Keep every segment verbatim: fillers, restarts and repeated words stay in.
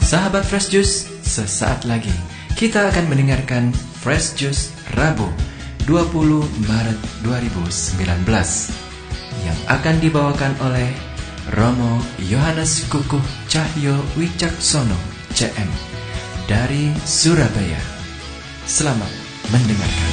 Sahabat Fresh Juice, sesaat lagi kita akan mendengarkan Fresh Juice Rabu dua puluh Maret dua ribu sembilan belas yang akan dibawakan oleh Romo Yohanes Kukuh Cahyo Wicaksono C M dari Surabaya. Selamat mendengarkan.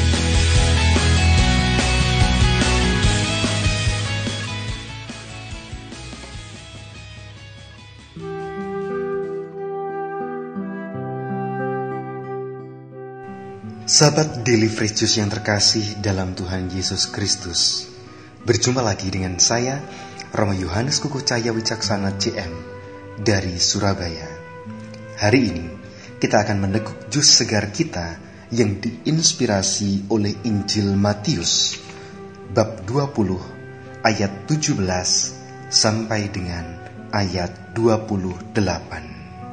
Sahabat Daily Fresh Juice yang terkasih dalam Tuhan Yesus Kristus, berjumpa lagi dengan saya, Romo Yohanes Kukuh Cahyo Wicaksana C M dari Surabaya. Hari ini kita akan meneguk jus segar kita yang diinspirasi oleh Injil Matius bab dua puluh ayat tujuh belas sampai dengan ayat dua puluh delapan.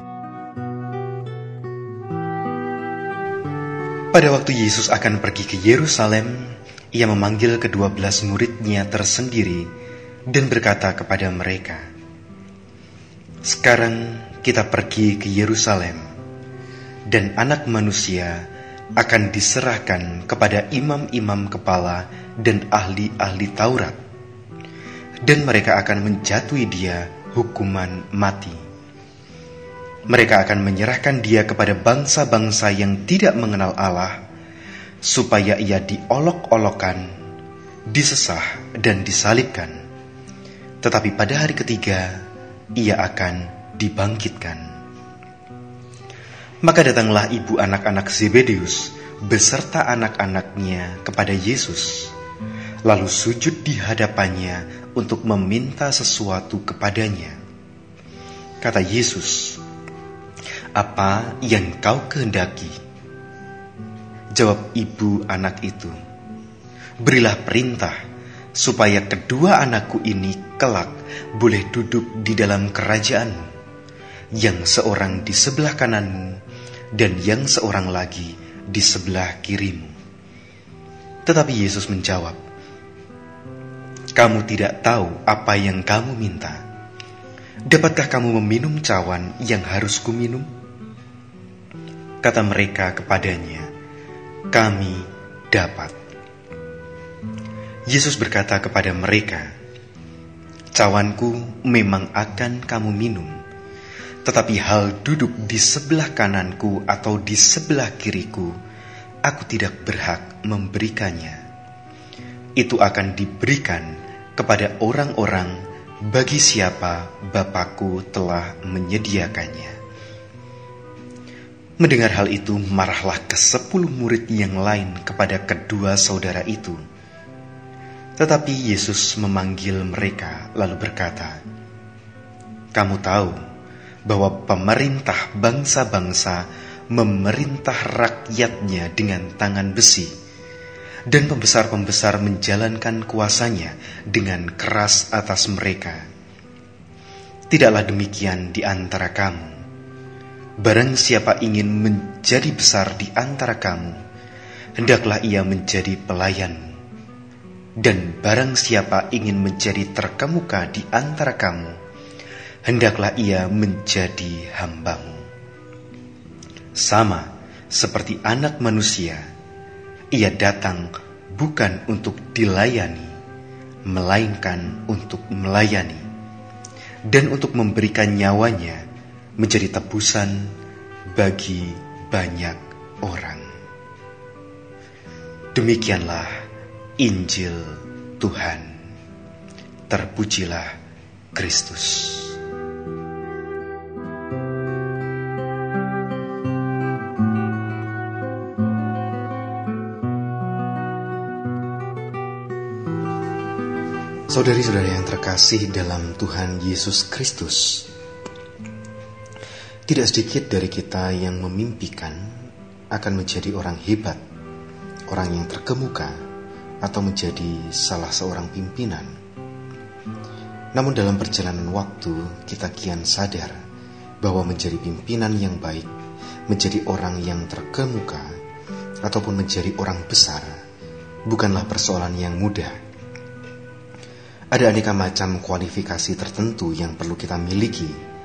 Pada waktu Yesus akan pergi ke Yerusalem, ia memanggil kedua belas muridnya tersendiri dan berkata kepada mereka, "Sekarang kita pergi ke Yerusalem, dan anak manusia akan diserahkan kepada imam-imam kepala dan ahli-ahli Taurat, dan mereka akan menjatuhi dia hukuman mati. Mereka akan menyerahkan dia kepada bangsa-bangsa yang tidak mengenal Allah, supaya ia diolok-olokkan, disesah, dan disalibkan. Tetapi pada hari ketiga, ia akan dibangkitkan." Maka datanglah ibu anak-anak Zebedeus beserta anak-anaknya kepada Yesus, lalu sujud di hadapannya untuk meminta sesuatu kepadanya. Kata Yesus, "Apa yang kau kehendaki?" Jawab ibu anak itu, "Berilah perintah supaya kedua anakku ini kelak boleh duduk di dalam kerajaanmu, yang seorang di sebelah kananmu dan yang seorang lagi di sebelah kirimu." Tetapi Yesus menjawab, "Kamu tidak tahu apa yang kamu minta. Dapatkah kamu meminum cawan yang harus kuminum?" Kata mereka kepadanya, "Kami dapat." Yesus berkata kepada mereka, "Cawanku memang akan kamu minum, tetapi hal duduk di sebelah kananku atau di sebelah kiriku, aku tidak berhak memberikannya. Itu akan diberikan kepada orang-orang bagi siapa Bapakku telah menyediakannya." Mendengar hal itu, marahlah kesepuluh murid yang lain kepada kedua saudara itu. Tetapi Yesus memanggil mereka lalu berkata, "Kamu tahu bahwa pemerintah bangsa-bangsa memerintah rakyatnya dengan tangan besi, dan pembesar-pembesar menjalankan kuasanya dengan keras atas mereka. Tidaklah demikian di antara kamu. Barang siapa ingin menjadi besar di antara kamu, hendaklah ia menjadi pelayanmu. Dan barang siapa ingin menjadi terkemuka di antara kamu, hendaklah ia menjadi hambamu. Sama seperti Anak Manusia, ia datang bukan untuk dilayani, melainkan untuk melayani, dan untuk memberikan nyawanya menjadi tebusan bagi banyak orang." Demikianlah Injil Tuhan. Terpujilah Kristus. Saudari-saudari yang terkasih dalam Tuhan Yesus Kristus, tidak sedikit dari kita yang memimpikan akan menjadi orang hebat, orang yang terkemuka, atau menjadi salah seorang pimpinan. Namun dalam perjalanan waktu, kita kian sadar bahwa menjadi pimpinan yang baik, menjadi orang yang terkemuka, ataupun menjadi orang besar, bukanlah persoalan yang mudah. Ada aneka macam kualifikasi tertentu yang perlu kita miliki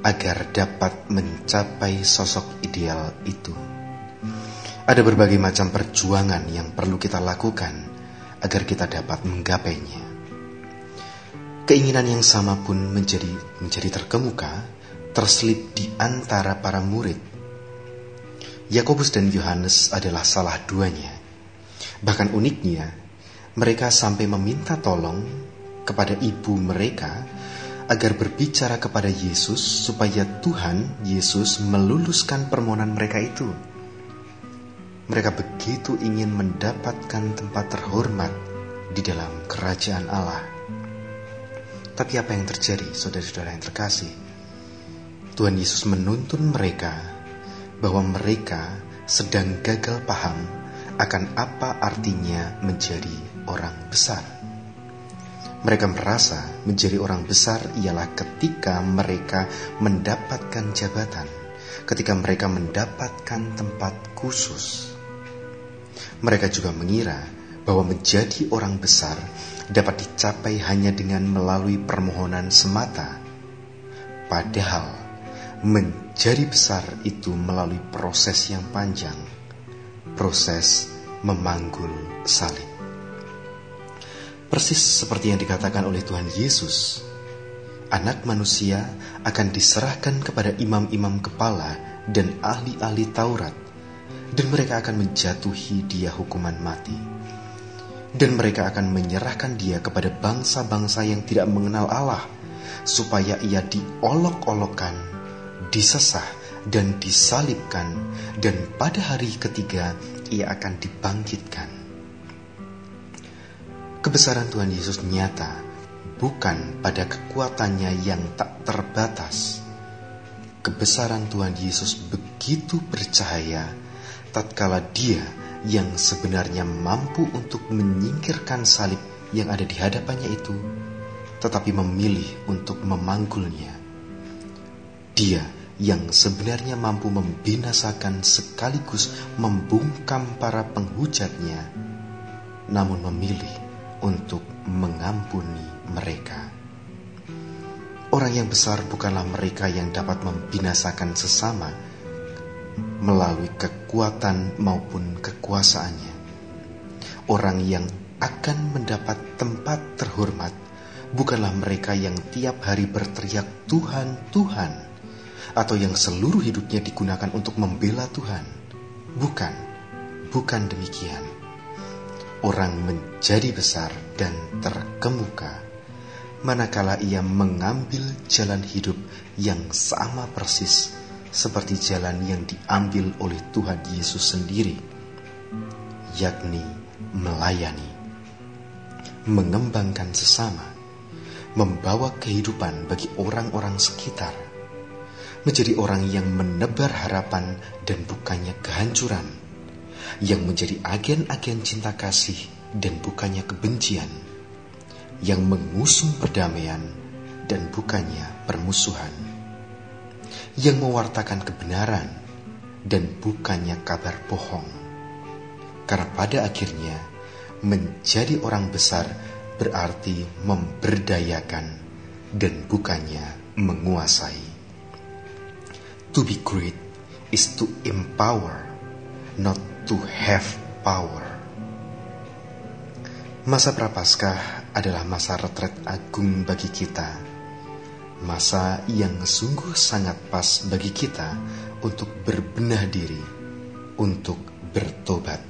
agar dapat mencapai sosok ideal itu. Ada berbagai macam perjuangan yang perlu kita lakukan agar kita dapat menggapainya. Keinginan yang sama pun menjadi menjadi terkemuka, terselip di antara para murid. Yakobus dan Yohanes adalah salah duanya. Bahkan uniknya, mereka sampai meminta tolong kepada ibu mereka agar berbicara kepada Yesus supaya Tuhan Yesus meluluskan permohonan mereka itu. Mereka begitu ingin mendapatkan tempat terhormat di dalam kerajaan Allah. Tapi apa yang terjadi, saudara-saudara yang terkasih? Tuhan Yesus menuntun mereka bahwa mereka sedang gagal paham akan apa artinya menjadi orang besar. Mereka merasa menjadi orang besar ialah ketika mereka mendapatkan jabatan, ketika mereka mendapatkan tempat khusus. Mereka juga mengira bahwa menjadi orang besar dapat dicapai hanya dengan melalui permohonan semata. Padahal menjadi besar itu melalui proses yang panjang, proses memanggul salib. Persis seperti yang dikatakan oleh Tuhan Yesus, Anak Manusia akan diserahkan kepada imam-imam kepala dan ahli-ahli Taurat, dan mereka akan menjatuhi dia hukuman mati. Dan mereka akan menyerahkan dia kepada bangsa-bangsa yang tidak mengenal Allah, supaya ia diolok-olokkan, disesah, dan disalibkan, dan pada hari ketiga ia akan dibangkitkan. Kebesaran Tuhan Yesus nyata bukan pada kekuatannya yang tak terbatas. Kebesaran Tuhan Yesus begitu bercahaya tatkala Dia yang sebenarnya mampu untuk menyingkirkan salib yang ada di hadapannya itu, tetapi memilih untuk memanggulnya. Dia yang sebenarnya mampu membinasakan sekaligus membungkam para penghujatnya, namun memilih untuk mengampuni mereka. Orang yang besar bukanlah mereka yang dapat membinasakan sesama melalui kekuatan maupun kekuasaannya. Orang yang akan mendapat tempat terhormat bukanlah mereka yang tiap hari berteriak Tuhan, Tuhan, atau yang seluruh hidupnya digunakan untuk membela Tuhan. Bukan, bukan demikian. Orang menjadi besar dan terkemuka manakala ia mengambil jalan hidup yang sama persis seperti jalan yang diambil oleh Tuhan Yesus sendiri, yakni melayani, mengembangkan sesama, membawa kehidupan bagi orang-orang sekitar, menjadi orang yang menebar harapan dan bukannya kehancuran, yang menjadi agen-agen cinta kasih dan bukannya kebencian, yang mengusung perdamaian dan bukannya permusuhan, yang mewartakan kebenaran dan bukannya kabar bohong. Karena pada akhirnya menjadi orang besar berarti memberdayakan dan bukannya menguasai. To be great is to empower, not to have power. Masa Prapaskah adalah masa retret agung bagi kita, masa yang sungguh sangat pas bagi kita untuk berbenah diri, untuk bertobat.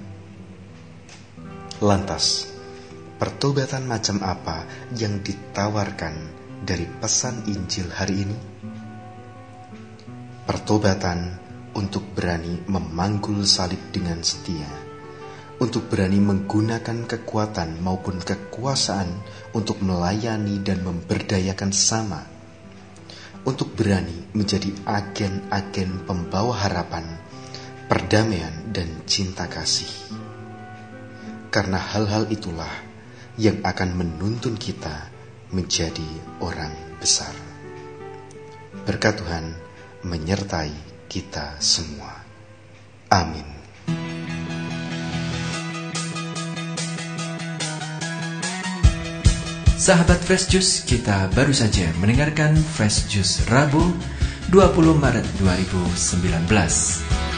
Lantas, pertobatan macam apa yang ditawarkan dari pesan Injil hari ini? Pertobatan untuk berani memanggul salib dengan setia, untuk berani menggunakan kekuatan maupun kekuasaan untuk melayani dan memberdayakan sesama, untuk berani menjadi agen-agen pembawa harapan, perdamaian, dan cinta kasih. Karena hal-hal itulah yang akan menuntun kita menjadi orang besar. Berkat Tuhan menyertai kita semua. Amin. Sahabat Fresh Juice, kita baru saja mendengarkan Fresh Juice Rabu dua puluh Maret dua ribu sembilan belas.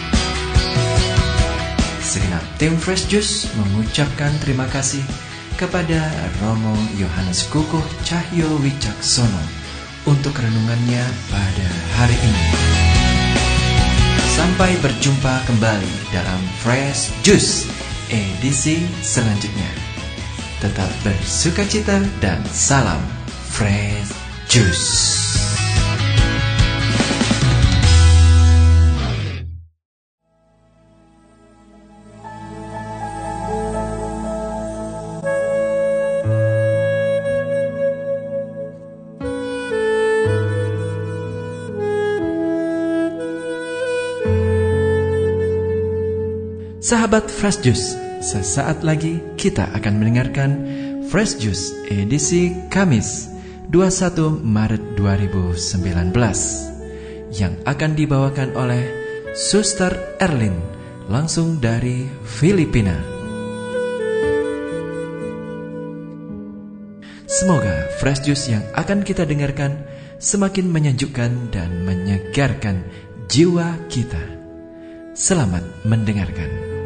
Segenap tim Fresh Juice mengucapkan terima kasih kepada Romo Yohanes Kukuh Cahyo Wicaksono untuk renungannya pada hari ini. Sampai berjumpa kembali dalam Fresh Juice edisi selanjutnya. Tetap bersukacita dan salam Fresh Juice. Sahabat Fresh Juice, sesaat lagi kita akan mendengarkan Fresh Juice edisi Kamis dua puluh satu Maret dua ribu sembilan belas yang akan dibawakan oleh Suster Erlin langsung dari Filipina. Semoga Fresh Juice yang akan kita dengarkan semakin menyejukkan dan menyegarkan jiwa kita. Selamat mendengarkan.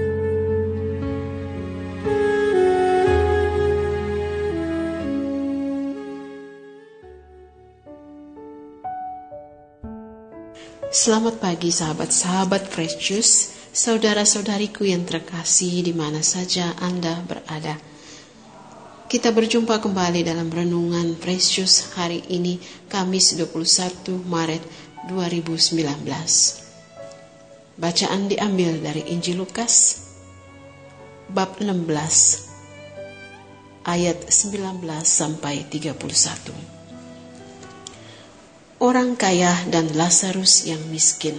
Selamat pagi sahabat-sahabat Fresh Juice, saudara-saudariku yang terkasih di mana saja Anda berada. Kita berjumpa kembali dalam renungan Fresh Juice hari ini, Kamis dua puluh satu Maret dua ribu sembilan belas. Bacaan diambil dari Injil Lukas, bab enam belas, ayat sembilan belas sampai tiga puluh satu. Orang kaya dan Lazarus yang miskin.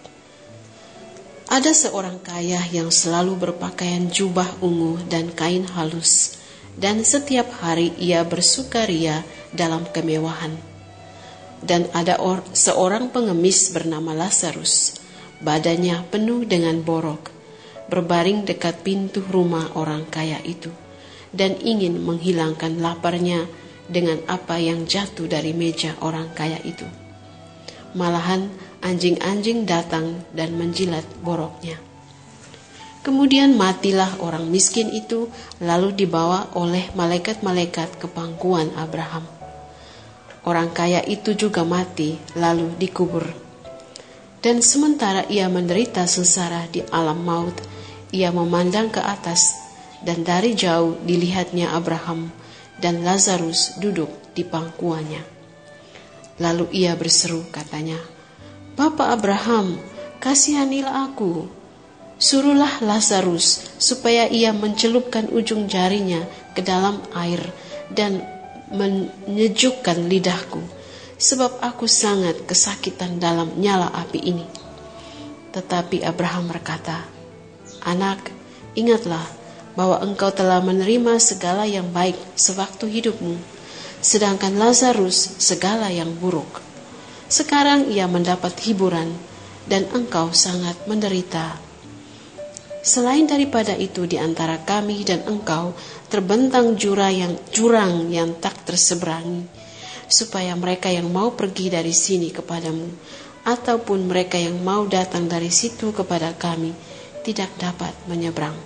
Ada seorang kaya yang selalu berpakaian jubah ungu dan kain halus, dan setiap hari ia bersukaria dalam kemewahan. Dan ada or- seorang pengemis bernama Lazarus, badannya penuh dengan borok, berbaring dekat pintu rumah orang kaya itu, dan ingin menghilangkan laparnya dengan apa yang jatuh dari meja orang kaya itu. Malahan anjing-anjing datang dan menjilat boroknya. Kemudian matilah orang miskin itu, lalu dibawa oleh malaikat-malaikat ke pangkuan Abraham. Orang kaya itu juga mati, lalu dikubur. Dan sementara ia menderita sengsara di alam maut, ia memandang ke atas, dan dari jauh dilihatnya Abraham dan Lazarus duduk di pangkuannya. Lalu ia berseru, katanya, "Bapa Abraham, kasihanilah aku. Suruhlah Lazarus supaya ia mencelupkan ujung jarinya ke dalam air dan menyejukkan lidahku, sebab aku sangat kesakitan dalam nyala api ini." Tetapi Abraham berkata, "Anak, ingatlah bahwa engkau telah menerima segala yang baik sewaktu hidupmu, sedangkan Lazarus segala yang buruk. Sekarang ia mendapat hiburan, dan engkau sangat menderita. Selain daripada itu, di antara kami dan engkau terbentang jurang yang, jurang yang tak terseberangi, supaya mereka yang mau pergi dari sini kepadamu, ataupun mereka yang mau datang dari situ kepada kami, tidak dapat menyeberang."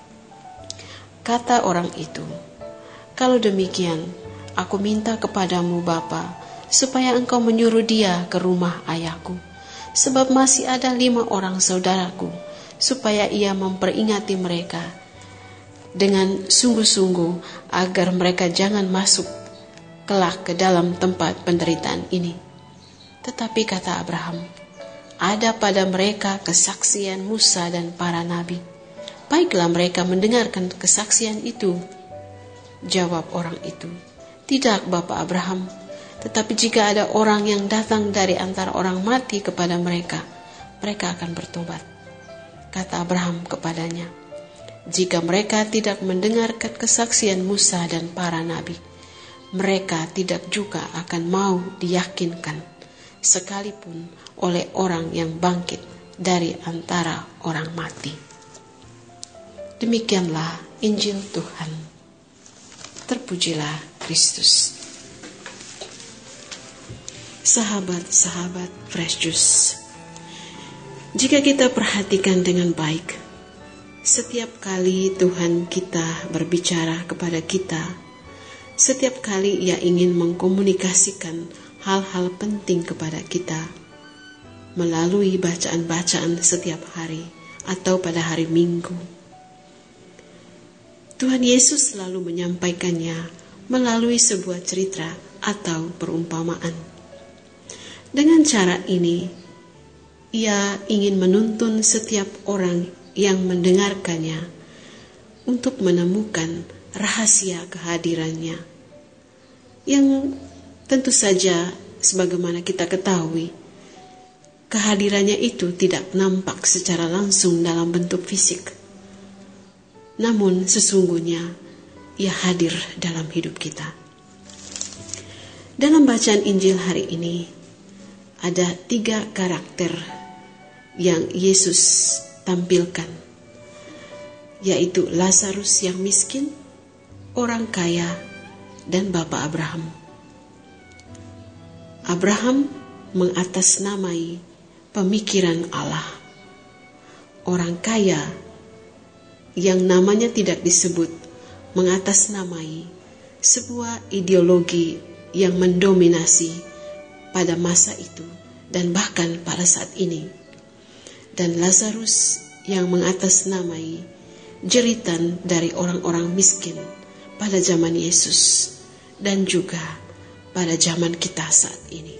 Kata orang itu, "Kalau demikian, aku minta kepadamu Bapa, supaya engkau menyuruh dia ke rumah ayahku, sebab masih ada lima orang saudaraku, supaya ia memperingati mereka dengan sungguh-sungguh, agar mereka jangan masuk kelak ke dalam tempat penderitaan ini." Tetapi kata Abraham, "Ada pada mereka kesaksian Musa dan para nabi. Baiklah mereka mendengarkan kesaksian itu." Jawab orang itu, "Tidak, Bapak Abraham, tetapi jika ada orang yang datang dari antara orang mati kepada mereka, mereka akan bertobat." Kata Abraham kepadanya, "Jika mereka tidak mendengarkan kesaksian Musa dan para nabi, mereka tidak juga akan mau diyakinkan, sekalipun oleh orang yang bangkit dari antara orang mati." Demikianlah Injil Tuhan. Terpujilah Kristus. Sahabat-sahabat Fresh Juice, jika kita perhatikan dengan baik, setiap kali Tuhan kita berbicara kepada kita, setiap kali Ia ingin mengkomunikasikan hal-hal penting kepada kita melalui bacaan-bacaan setiap hari atau pada hari Minggu, Tuhan Yesus selalu menyampaikannya melalui sebuah cerita atau perumpamaan. Dengan cara ini, Ia ingin menuntun setiap orang yang mendengarkannya untuk menemukan rahasia kehadirannya, yang tentu saja sebagaimana kita ketahui, kehadirannya itu tidak nampak secara langsung dalam bentuk fisik. Namun sesungguhnya Ia hadir dalam hidup kita. Dalam bacaan Injil hari ini, ada tiga karakter yang Yesus tampilkan, yaitu Lazarus yang miskin, orang kaya, dan Bapa Abraham. Abraham mengatasnamai pemikiran Allah. Orang kaya yang namanya tidak disebut mengatasnamai sebuah ideologi yang mendominasi pada masa itu dan bahkan pada saat ini. Dan Lazarus yang mengatasnamai jeritan dari orang-orang miskin pada zaman Yesus dan juga pada zaman kita saat ini.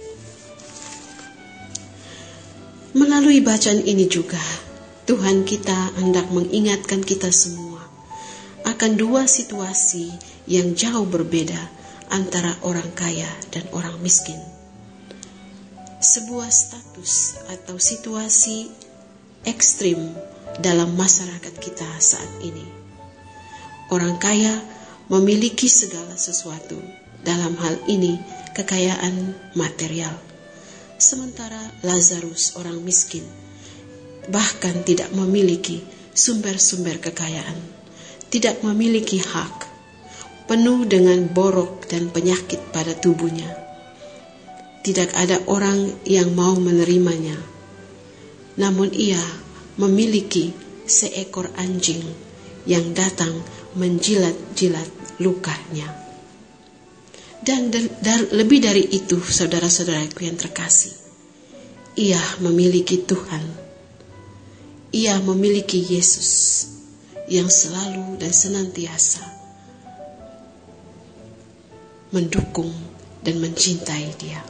Melalui bacaan ini juga Tuhan kita hendak mengingatkan kita semua akan dua situasi yang jauh berbeda antara orang kaya dan orang miskin. Sebuah status atau situasi ekstrim dalam masyarakat kita saat ini. Orang kaya memiliki segala sesuatu, dalam hal ini kekayaan material. Sementara Lazarus orang miskin bahkan tidak memiliki sumber-sumber kekayaan, tidak memiliki hak, penuh dengan borok dan penyakit pada tubuhnya. Tidak ada orang yang mau menerimanya. Namun ia memiliki seekor anjing yang datang menjilat-jilat lukanya. Dan lebih dari itu, saudara-saudaraku yang terkasih, ia memiliki Tuhan. Ia memiliki Yesus yang selalu dan senantiasa mendukung dan mencintai dia.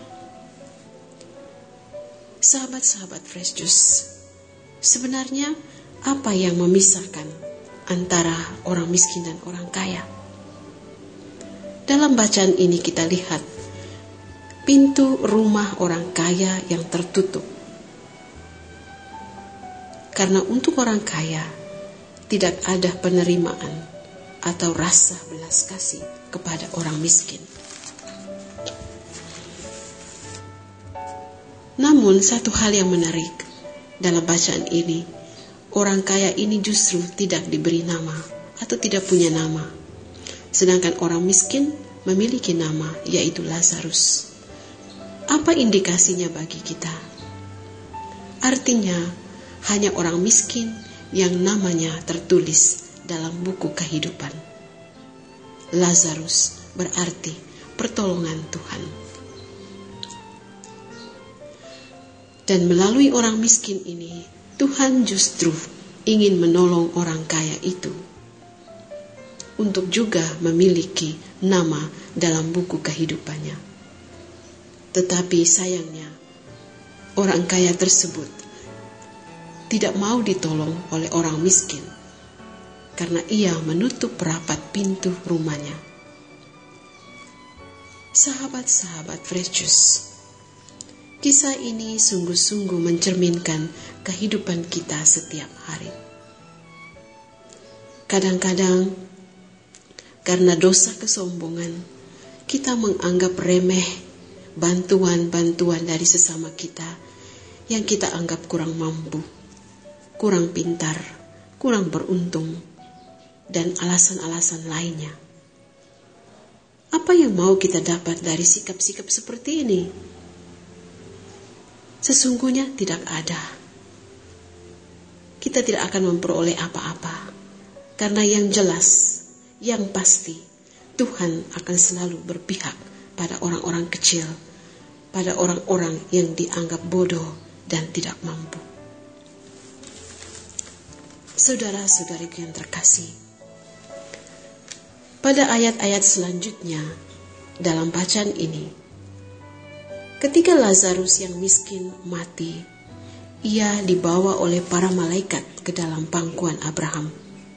Sahabat-sahabat Fresh Juice, sebenarnya apa yang memisahkan antara orang miskin dan orang kaya? Dalam bacaan ini kita lihat pintu rumah orang kaya yang tertutup. Karena untuk orang kaya tidak ada penerimaan atau rasa belas kasih kepada orang miskin. Namun satu hal yang menarik dalam bacaan ini, orang kaya ini justru tidak diberi nama atau tidak punya nama. Sedangkan orang miskin memiliki nama, yaitu Lazarus. Apa indikasinya bagi kita? Artinya hanya orang miskin yang namanya tertulis dalam buku kehidupan. Lazarus berarti pertolongan Tuhan. Dan melalui orang miskin ini, Tuhan justru ingin menolong orang kaya itu untuk juga memiliki nama dalam buku kehidupannya. Tetapi sayangnya, orang kaya tersebut tidak mau ditolong oleh orang miskin karena ia menutup rapat pintu rumahnya. Sahabat-sahabat Fresh Juice, kisah ini sungguh-sungguh mencerminkan kehidupan kita setiap hari. Kadang-kadang, karena dosa kesombongan, kita menganggap remeh bantuan-bantuan dari sesama kita yang kita anggap kurang mampu, kurang pintar, kurang beruntung, dan alasan-alasan lainnya. Apa yang mau kita dapat dari sikap-sikap seperti ini? Sesungguhnya tidak ada. Kita tidak akan memperoleh apa-apa, karena yang jelas, yang pasti, Tuhan akan selalu berpihak pada orang-orang kecil, pada orang-orang yang dianggap bodoh dan tidak mampu. Saudara-saudariku yang terkasih, pada ayat-ayat selanjutnya dalam bacaan ini, ketika Lazarus yang miskin mati, ia dibawa oleh para malaikat ke dalam pangkuan Abraham.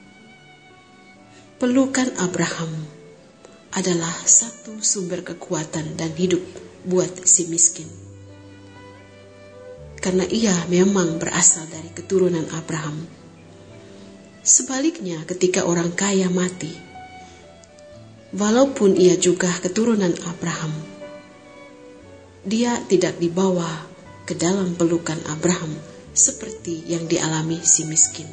Pelukan Abraham adalah satu sumber kekuatan dan hidup buat si miskin. Karena ia memang berasal dari keturunan Abraham. Sebaliknya ketika orang kaya mati, walaupun ia juga keturunan Abraham, dia tidak dibawa ke dalam pelukan Abraham seperti yang dialami si miskin.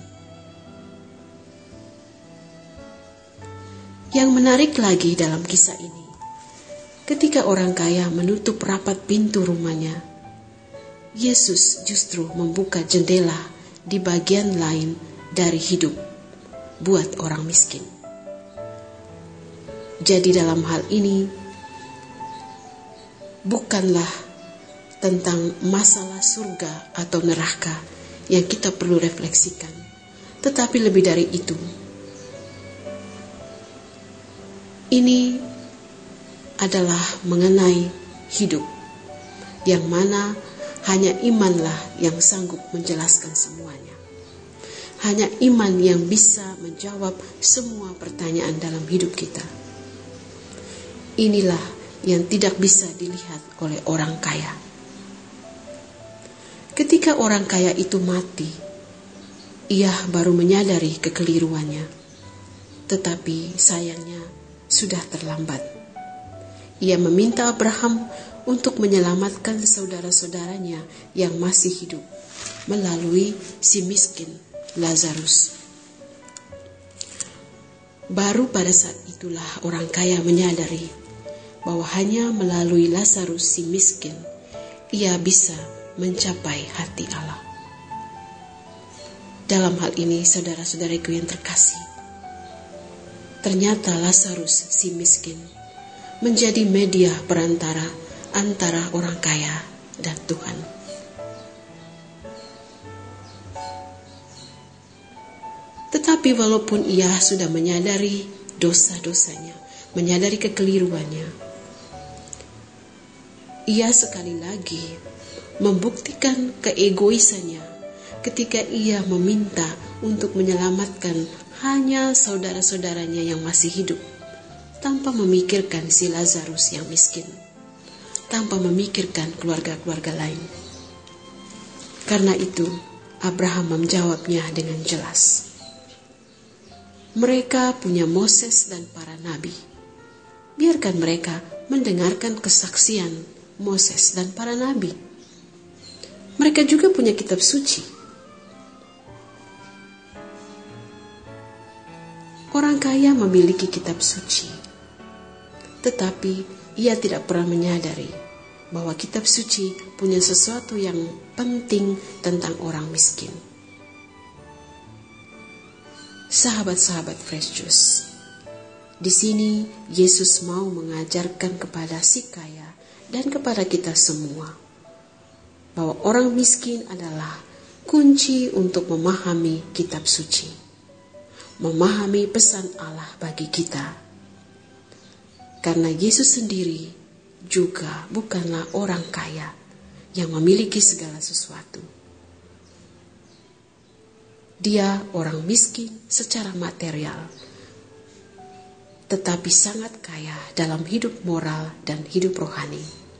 Yang menarik lagi dalam kisah ini, ketika orang kaya menutup rapat pintu rumahnya, Yesus justru membuka jendela di bagian lain dari hidup buat orang miskin. Jadi dalam hal ini, bukanlah tentang masalah surga atau neraka yang kita perlu refleksikan, tetapi lebih dari itu, ini adalah mengenai hidup, yang mana hanya imanlah yang sanggup menjelaskan semuanya. Hanya iman yang bisa menjawab semua pertanyaan dalam hidup kita. Inilah yang tidak bisa dilihat oleh orang kaya. Ketika orang kaya itu mati, ia baru menyadari kekeliruannya. Tetapi sayangnya sudah terlambat. Ia meminta Abraham untuk menyelamatkan saudara-saudaranya yang masih hidup melalui si miskin Lazarus. Baru pada saat itulah orang kaya menyadari bahwa hanya melalui Lazarus si miskin ia bisa mencapai hati Allah. Dalam hal ini, saudara-saudariku yang terkasih, ternyata Lazarus si miskin menjadi media perantara antara orang kaya dan Tuhan. Tetapi walaupun ia sudah menyadari dosa-dosanya, menyadari kekeliruannya, ia sekali lagi membuktikan keegoisannya ketika ia meminta untuk menyelamatkan hanya saudara-saudaranya yang masih hidup, tanpa memikirkan si Lazarus yang miskin, tanpa memikirkan keluarga-keluarga lain. Karena itu, Abraham menjawabnya dengan jelas. Mereka punya Moses dan para nabi. Biarkan mereka mendengarkan kesaksian Moses dan para nabi. Mereka juga punya kitab suci. Orang kaya memiliki kitab suci, tetapi ia tidak pernah menyadari bahwa kitab suci punya sesuatu yang penting tentang orang miskin. Sahabat-sahabat Fresh Juice, di sini Yesus mau mengajarkan kepada si kaya dan kepada kita semua bahwa orang miskin adalah kunci untuk memahami kitab suci, memahami pesan Allah bagi kita. Karena Yesus sendiri juga bukanlah orang kaya yang memiliki segala sesuatu. Dia orang miskin secara material, tetapi sangat kaya dalam hidup moral dan hidup rohani.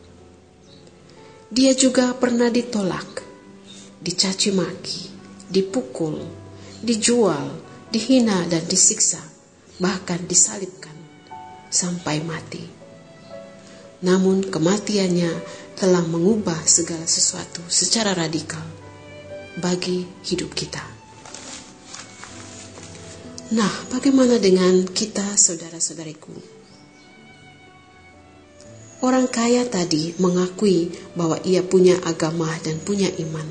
Dia juga pernah ditolak, dicaci maki, dipukul, dijual, dihina dan disiksa, bahkan disalibkan sampai mati. Namun kematiannya telah mengubah segala sesuatu secara radikal bagi hidup kita. Nah, bagaimana dengan kita, saudara-saudariku? Orang kaya tadi mengakui bahwa ia punya agama dan punya iman.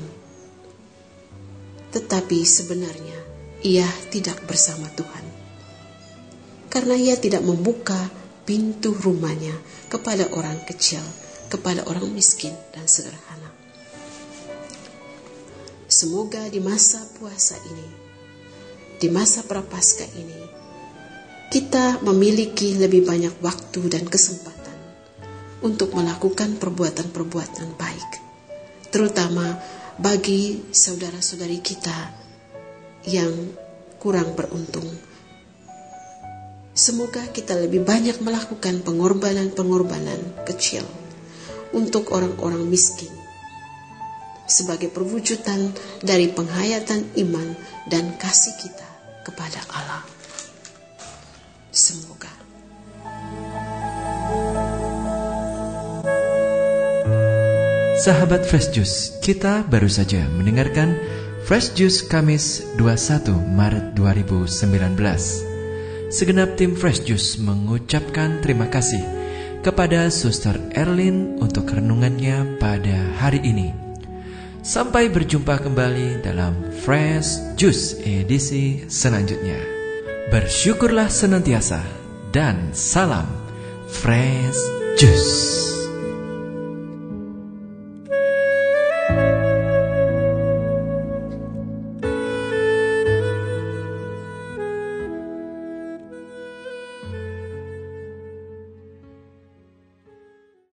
Tetapi sebenarnya ia tidak bersama Tuhan. Karena ia tidak membuka pintu rumahnya kepada orang kecil, kepada orang miskin dan sederhana. Semoga di masa puasa ini, di masa Prapaskah ini, kita memiliki lebih banyak waktu dan kesempatan untuk melakukan perbuatan-perbuatan baik, terutama bagi saudara-saudari kita yang kurang beruntung. Semoga kita lebih banyak melakukan pengorbanan-pengorbanan kecil untuk orang-orang miskin sebagai perwujudan dari penghayatan iman dan kasih kita kepada Allah. Semoga. Sahabat Fresh Juice, kita baru saja mendengarkan Fresh Juice Kamis dua puluh satu Maret dua ribu sembilan belas. Segenap tim Fresh Juice mengucapkan terima kasih kepada Suster Erlin untuk renungannya pada hari ini. Sampai berjumpa kembali dalam Fresh Juice edisi selanjutnya. Bersyukurlah senantiasa dan salam Fresh Juice.